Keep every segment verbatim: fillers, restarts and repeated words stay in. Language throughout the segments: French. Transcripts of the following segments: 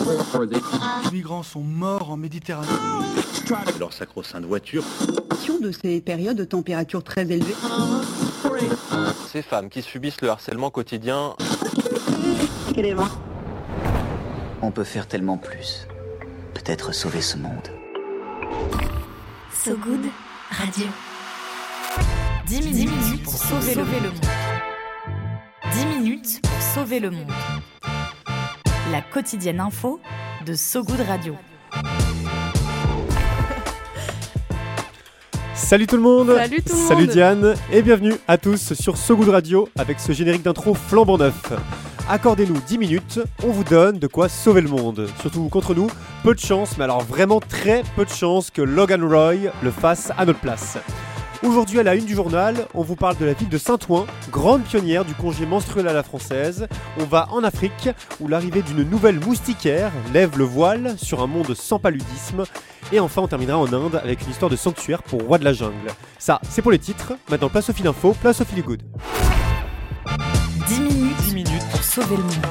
Les migrants sont morts en Méditerranée. Leur sacro-sainte voiture. De ces périodes de température très élevées. Ces femmes qui subissent le harcèlement quotidien. On peut faire tellement plus. Peut-être sauver ce monde. So Good Radio. dix minutes pour sauver le monde. dix minutes pour sauver le monde. La quotidienne info de So Good Radio. Salut tout le monde. Salut tout le monde. Salut Diane et bienvenue à tous sur So Good Radio avec ce générique d'intro flambant neuf. Accordez-nous dix minutes, on vous donne de quoi sauver le monde. Surtout contre nous, peu de chance, mais alors vraiment très peu de chance que Logan Roy le fasse à notre place. Aujourd'hui à la une du journal, on vous parle de la ville de Saint-Ouen, grande pionnière du congé menstruel à la française. On va en Afrique, où l'arrivée d'une nouvelle moustiquaire lève le voile sur un monde sans paludisme. Et enfin on terminera en Inde avec une histoire de sanctuaire pour roi de la jungle. Ça, c'est pour les titres. Maintenant place au fil info, place au fil good. dix minutes, dix minutes pour sauver le monde.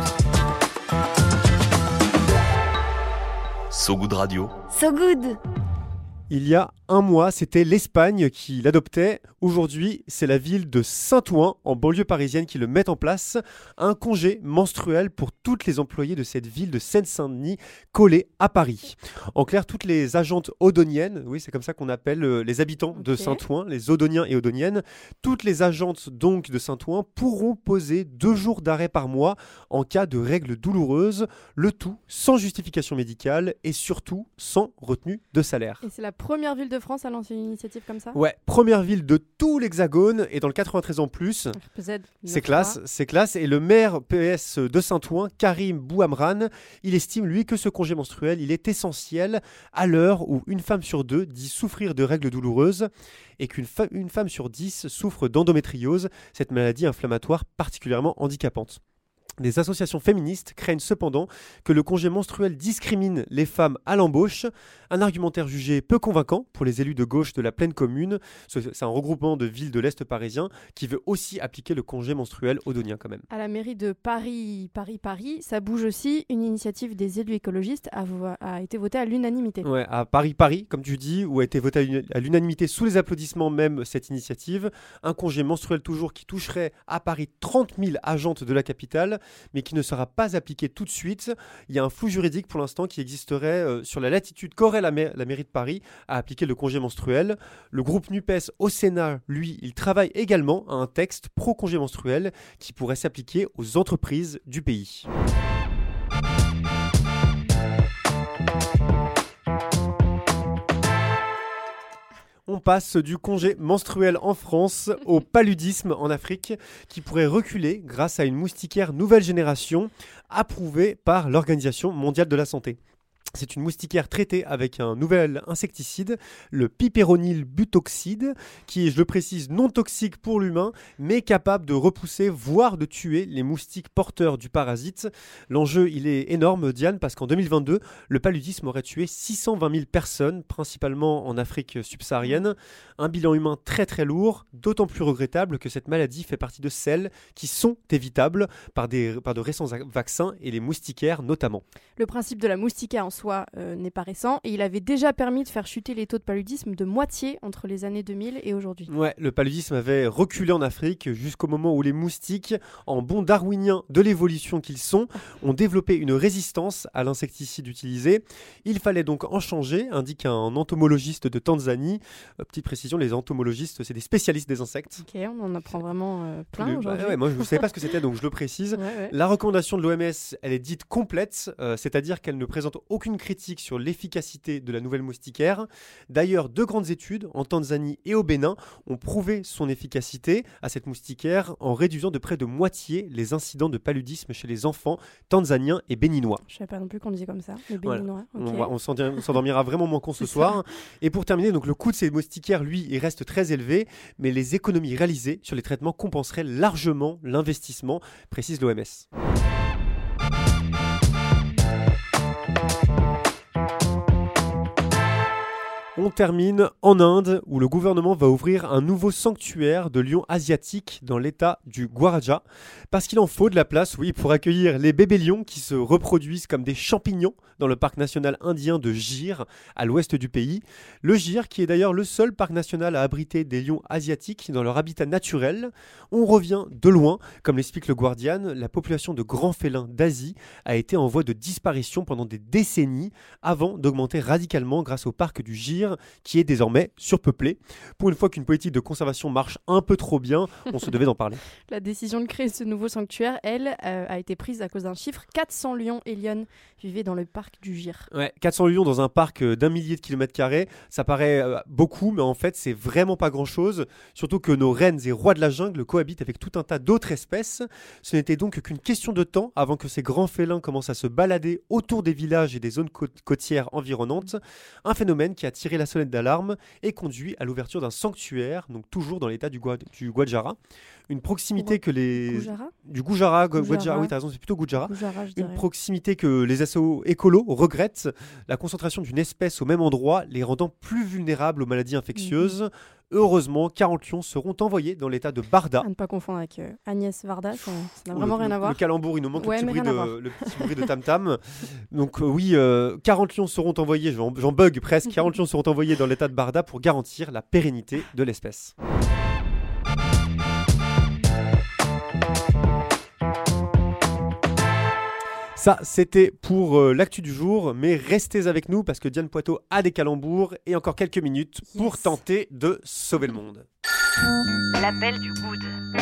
So Good Radio. So Good. Il y a un mois, c'était l'Espagne qui l'adoptait. Aujourd'hui, c'est la ville de Saint-Ouen, en banlieue parisienne, qui le met en place. Un congé menstruel pour toutes les employées de cette ville de Seine-Saint-Denis, collée à Paris. En clair, toutes les agentes odoniennes, oui, c'est comme ça qu'on appelle les habitants okay. de Saint-Ouen, les odoniens et odoniennes, toutes les agentes donc de Saint-Ouen pourront poser deux jours d'arrêt par mois en cas de règles douloureuses, le tout sans justification médicale et surtout sans retenue de salaire. Et c'est la première ville de France à lancer une initiative comme ça ? Ouais, première ville de tout l'Hexagone et dans le quatre-vingt-treize en plus. R P Z, c'est classe, c'est classe. Et le maire P S de Saint-Ouen, Karim Bouhamran, il estime lui que ce congé menstruel, il est essentiel à l'heure où une femme sur deux dit souffrir de règles douloureuses et qu'une fa- une femme sur dix souffre d'endométriose, cette maladie inflammatoire particulièrement handicapante. Des associations féministes craignent cependant que le congé menstruel discrimine les femmes à l'embauche, un argumentaire jugé peu convaincant pour les élus de gauche de la pleine commune. C'est un regroupement de villes de l'Est parisien qui veut aussi appliquer le congé menstruel odonien quand même. À la mairie de Paris, Paris, Paris, ça bouge aussi. Une initiative des élus écologistes a, vo- a été votée à l'unanimité. Ouais, à Paris, Paris, comme tu dis, où a été votée à l'unanimité sous les applaudissements même cette initiative. Un congé menstruel toujours qui toucherait à Paris trente mille agentes de la capitale, mais qui ne sera pas appliqué tout de suite. Il y a un flou juridique pour l'instant qui existerait euh, sur la latitude qu'aurait la, ma- la mairie de Paris à appliquer le congé menstruel. Le groupe NUPES au Sénat, lui, il travaille également à un texte pro-congé menstruel qui pourrait s'appliquer aux entreprises du pays. On passe du congé menstruel en France au paludisme en Afrique qui pourrait reculer grâce à une moustiquaire nouvelle génération approuvée par l'Organisation mondiale de la santé. C'est une moustiquaire traitée avec un nouvel insecticide, le piperonyl butoxide, qui est, je le précise, non toxique pour l'humain, mais capable de repousser, voire de tuer les moustiques porteurs du parasite. L'enjeu, il est énorme, Diane, parce qu'en deux mille vingt-deux, le paludisme aurait tué six cent vingt mille personnes, principalement en Afrique subsaharienne. Un bilan humain très très lourd, d'autant plus regrettable que cette maladie fait partie de celles qui sont évitables par, des, par de récents vaccins et les moustiquaires notamment. Le principe de la moustiquaire en soi euh, n'est pas récent et il avait déjà permis de faire chuter les taux de paludisme de moitié entre les années deux mille et aujourd'hui. Ouais, le paludisme avait reculé en Afrique jusqu'au moment où les moustiques, en bons darwiniens de l'évolution qu'ils sont, ont développé une résistance à l'insecticide utilisé. Il fallait donc en changer, indique un entomologiste de Tanzanie. Euh, petite précision, les entomologistes, c'est des spécialistes des insectes. Ok, on en apprend vraiment euh, plein le, aujourd'hui. Bah, ouais, moi, je ne savais pas ce que c'était, donc je le précise. Ouais, ouais. La recommandation de l'O M S, elle est dite complète, euh, c'est-à-dire qu'elle ne présente aucune critique sur l'efficacité de la nouvelle moustiquaire. D'ailleurs, deux grandes études, en Tanzanie et au Bénin, ont prouvé son efficacité à cette moustiquaire en réduisant de près de moitié les incidents de paludisme chez les enfants tanzaniens et béninois. Je ne savais pas non plus qu'on disait comme ça, les béninois. Voilà. Okay. On, va, on, s'en, on s'endormira vraiment moins con ce soir. Et pour terminer, donc, le coût de ces moustiquaires, lui, il reste très élevé, mais les économies réalisées sur les traitements compenseraient largement l'investissement, précise l'O M S. On On termine en Inde où le gouvernement va ouvrir un nouveau sanctuaire de lions asiatiques dans l'état du Gujarat parce qu'il en faut de la place, oui, pour accueillir les bébés lions qui se reproduisent comme des champignons dans le parc national indien de Gir à l'ouest du pays. Le Gir qui est d'ailleurs le seul parc national à abriter des lions asiatiques dans leur habitat naturel. On revient de loin, comme l'explique le Guardian, la population de grands félins d'Asie a été en voie de disparition pendant des décennies avant d'augmenter radicalement grâce au parc du Gir qui est désormais surpeuplé. Pour une fois qu'une politique de conservation marche un peu trop bien, on se devait d'en parler. La décision de créer ce nouveau sanctuaire, elle, euh, a été prise à cause d'un chiffre. quatre cents lions et lionnes vivaient dans le parc du Gir. Ouais, quatre cents lions dans un parc d'un millier de kilomètres carrés, ça paraît euh, beaucoup, mais en fait c'est vraiment pas grand-chose. Surtout que nos reines et rois de la jungle cohabitent avec tout un tas d'autres espèces. Ce n'était donc qu'une question de temps avant que ces grands félins commencent à se balader autour des villages et des zones côte- côtières environnantes. Un phénomène qui a tiré la sonnette d'alarme et conduit à l'ouverture d'un sanctuaire, donc toujours dans l'état du, Gua- du Gujarat. Une proximité Gua- que les... Gujarat Du Gujarat, Gu- Gujarat. Gujarat, oui, t'as raison, c'est plutôt Gujarat. Gujarat, je Une dirais. proximité que les assos écolos regrettent, la concentration d'une espèce au même endroit les rendant plus vulnérables aux maladies infectieuses. Mmh. Heureusement, quarante lions seront envoyés dans l'état de Barda. À ne pas confondre avec euh, Agnès Varda, ça n'a Oh, vraiment le, rien à le, voir. Le calembour, il nous manque Ouais, le, petit mais bruit rien à de, le petit bruit de tam-tam. Donc euh, oui, euh, quarante lions seront envoyés, j'en, j'en bug presque, quarante lions seront envoyés dans l'état de Barda pour garantir la pérennité de l'espèce. Ça, c'était pour euh, l'actu du jour, mais restez avec nous parce que Diane Poitot a des calembours et encore quelques minutes yes. pour tenter de sauver le monde. L'appel du good.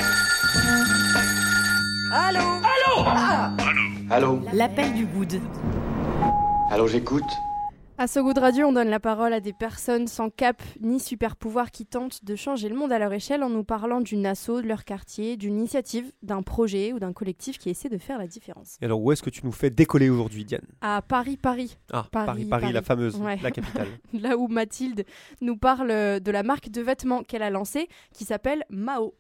Allô Allô ah Allô L'appel du good. Allô, j'écoute. À So Good Radio, on donne la parole à des personnes sans cap ni super pouvoir qui tentent de changer le monde à leur échelle en nous parlant d'une asso, de leur quartier, d'une initiative, d'un projet ou d'un collectif qui essaie de faire la différence. Et alors, où est-ce que tu nous fais décoller aujourd'hui, Diane ? À Paris, Paris. Ah, Paris, Paris, Paris, Paris. La fameuse, ouais. La capitale. Là où Mathilde nous parle de la marque de vêtements qu'elle a lancée qui s'appelle Mao.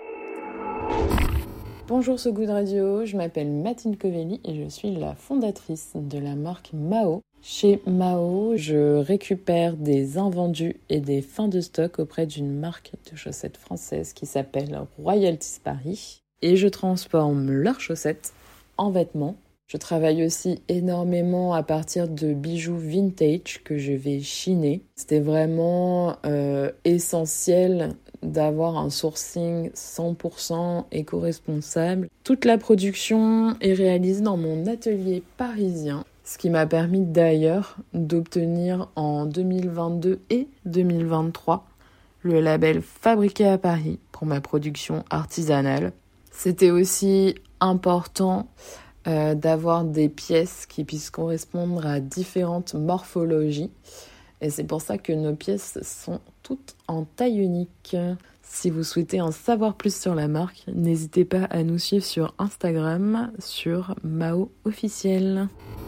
Bonjour So Good Radio, je m'appelle Mathilde Covelli et je suis la fondatrice de la marque Mao. Chez Mao, je récupère des invendus et des fins de stock auprès d'une marque de chaussettes française qui s'appelle Royalties Paris et je transforme leurs chaussettes en vêtements. Je travaille aussi énormément à partir de bijoux vintage que je vais chiner. C'était vraiment euh, essentiel d'avoir un sourcing cent pour cent éco-responsable. Toute la production est réalisée dans mon atelier parisien, ce qui m'a permis d'ailleurs d'obtenir en deux mille vingt-deux et deux mille vingt-trois le label Fabriqué à Paris pour ma production artisanale. C'était aussi important euh, d'avoir des pièces qui puissent correspondre à différentes morphologies. Et c'est pour ça que nos pièces sont toutes en taille unique. Si vous souhaitez en savoir plus sur la marque, n'hésitez pas à nous suivre sur Instagram, sur Mao Officiel.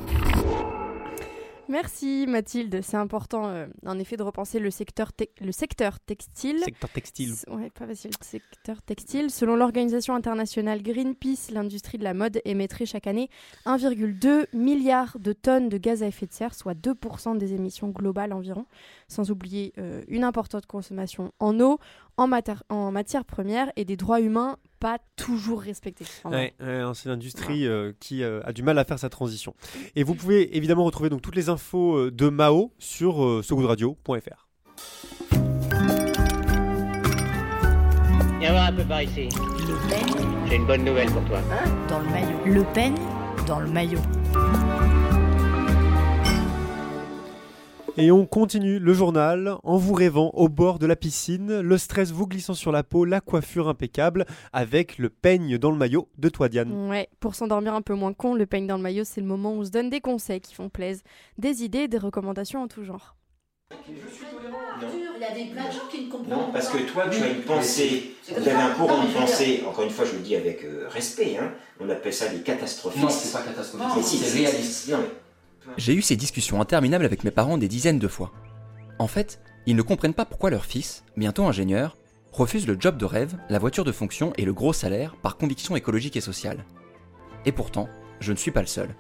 Merci Mathilde, c'est important euh, en effet de repenser le secteur, te- le secteur textile. Secteur textile. S- ouais, pas facile. Secteur textile. Selon l'organisation internationale Greenpeace, l'industrie de la mode émettrait chaque année un virgule deux milliard de tonnes de gaz à effet de serre, soit deux pour cent des émissions globales environ, sans oublier euh, une importante consommation en eau, en, mater- en matières premières et des droits humains pas toujours respectés. Enfin, ouais, ouais, c'est une industrie euh, qui euh, a du mal à faire sa transition. Et vous pouvez évidemment retrouver donc toutes les infos de Mao sur euh, so good radio point f r. Viens voir un peu par ici. Le peigne. J'ai une bonne nouvelle pour toi. Hein ? Dans le maillot. Le peigne dans le maillot. Et on continue le journal en vous rêvant au bord de la piscine, le stress vous glissant sur la peau, la coiffure impeccable, avec le peigne dans le maillot de toi, Diane. Ouais, pour s'endormir un peu moins con, le peigne dans le maillot, c'est le moment où on se donne des conseils qui font plaisir, des idées et des recommandations en tout genre. Il y a des plein de gens qui ne comprennent pas. Non, parce que toi, tu as une pensée, vous avez un courant de pensée, encore une fois, je le dis avec euh, respect, hein, on appelle ça les catastrophistes. Non, c'est pas catastrophique, mais si, c'est réaliste. Non, mais... J'ai eu ces discussions interminables avec mes parents des dizaines de fois. En fait, ils ne comprennent pas pourquoi leur fils, bientôt ingénieur, refuse le job de rêve, la voiture de fonction et le gros salaire par conviction écologique et sociale. Et pourtant, je ne suis pas le seul.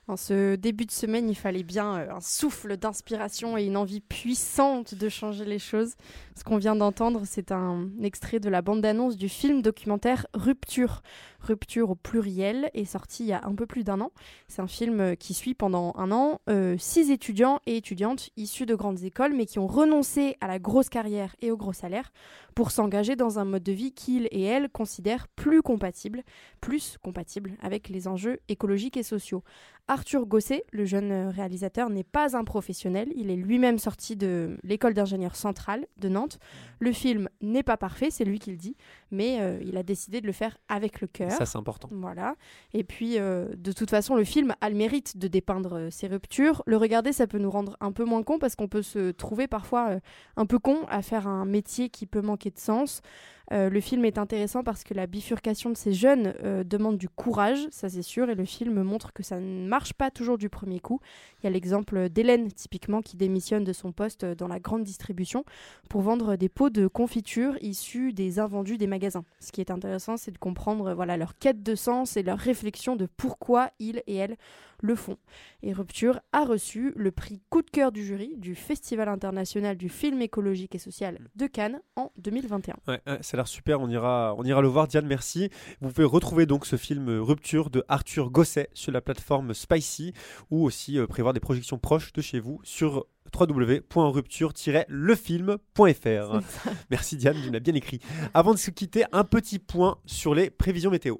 En ce début de semaine, il fallait bien euh, un souffle d'inspiration et une envie puissante de changer les choses. Ce qu'on vient d'entendre, c'est un extrait de la bande-annonce du film documentaire Rupture. Rupture au pluriel est sorti il y a un peu plus d'un an. C'est un film qui suit pendant un an euh, six étudiants et étudiantes issus de grandes écoles, mais qui ont renoncé à la grosse carrière et au gros salaire pour s'engager dans un mode de vie qu'ils et elles considèrent plus compatible, plus compatible avec les enjeux écologiques et sociaux. Arthur Gosset, le jeune réalisateur, n'est pas un professionnel. Il est lui-même sorti de l'école d'ingénieur centrale de Nantes. Le film n'est pas parfait, c'est lui qui le dit, mais euh, il a décidé de le faire avec le cœur. Ça, c'est important. Voilà. Et puis, euh, de toute façon, le film a le mérite de dépeindre euh, ces ruptures. Le regarder, ça peut nous rendre un peu moins cons parce qu'on peut se trouver parfois euh, un peu con à faire un métier qui peut manquer de sens. Euh, le film est intéressant parce que la bifurcation de ces jeunes euh, demande du courage, ça c'est sûr, et le film montre que ça ne marche pas toujours du premier coup. Il y a l'exemple d'Hélène, typiquement, qui démissionne de son poste dans la grande distribution pour vendre des pots de confiture issus des invendus des magasins. Ce qui est intéressant, c'est de comprendre voilà, leur quête de sens et leur réflexion de pourquoi ils et elles le font. Et Rupture a reçu le prix coup de cœur du jury du Festival international du film écologique et social de Cannes en deux mille vingt et un. Ouais, ouais, ça a l'air super, on ira, on ira le voir. Diane, merci. Vous pouvez retrouver donc ce film Rupture de Arthur Gosset sur la plateforme Spicy ou aussi euh, prévoir des projections proches de chez vous sur w w w point rupture tiret le film point f r. Merci Diane, tu l'as bien écrit. Avant de se quitter, un petit point sur les prévisions météo.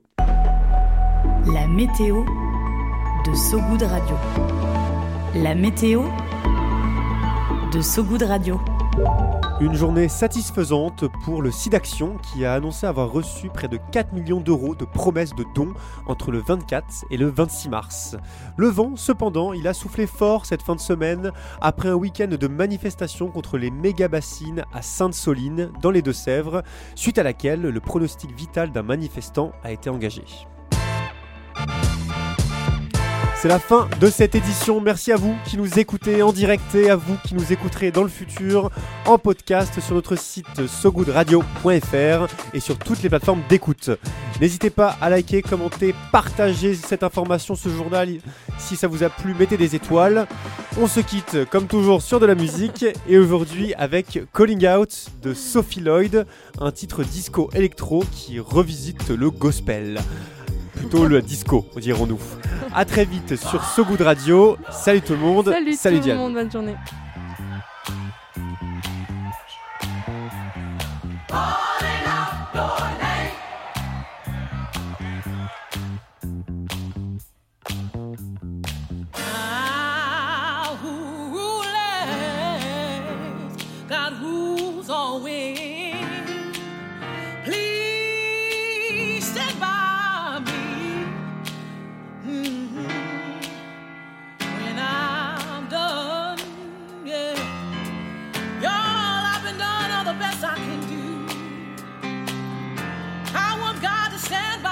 La météo de So Good Radio. La météo de So Good Radio. Une journée satisfaisante pour le SIDAction qui a annoncé avoir reçu près de quatre millions d'euros de promesses de dons entre le vingt-quatre et le vingt-six mars. Le vent, cependant, il a soufflé fort cette fin de semaine après un week-end de manifestations contre les méga-bassines à Sainte-Soline dans les Deux-Sèvres, suite à laquelle le pronostic vital d'un manifestant a été engagé. C'est la fin de cette édition. Merci à vous qui nous écoutez en direct et à vous qui nous écouterez dans le futur en podcast sur notre site so good radio point f r et sur toutes les plateformes d'écoute. N'hésitez pas à liker, commenter, partager cette information, ce journal. Si ça vous a plu, mettez des étoiles. On se quitte comme toujours sur de la musique et aujourd'hui avec Calling Out de Sophie Lloyd, un titre disco électro qui revisite le gospel. Plutôt le disco, dirons-nous. A très vite sur So Good Radio. Salut tout le monde. Salut, Salut tout Diane. le monde, bonne journée. Stand by.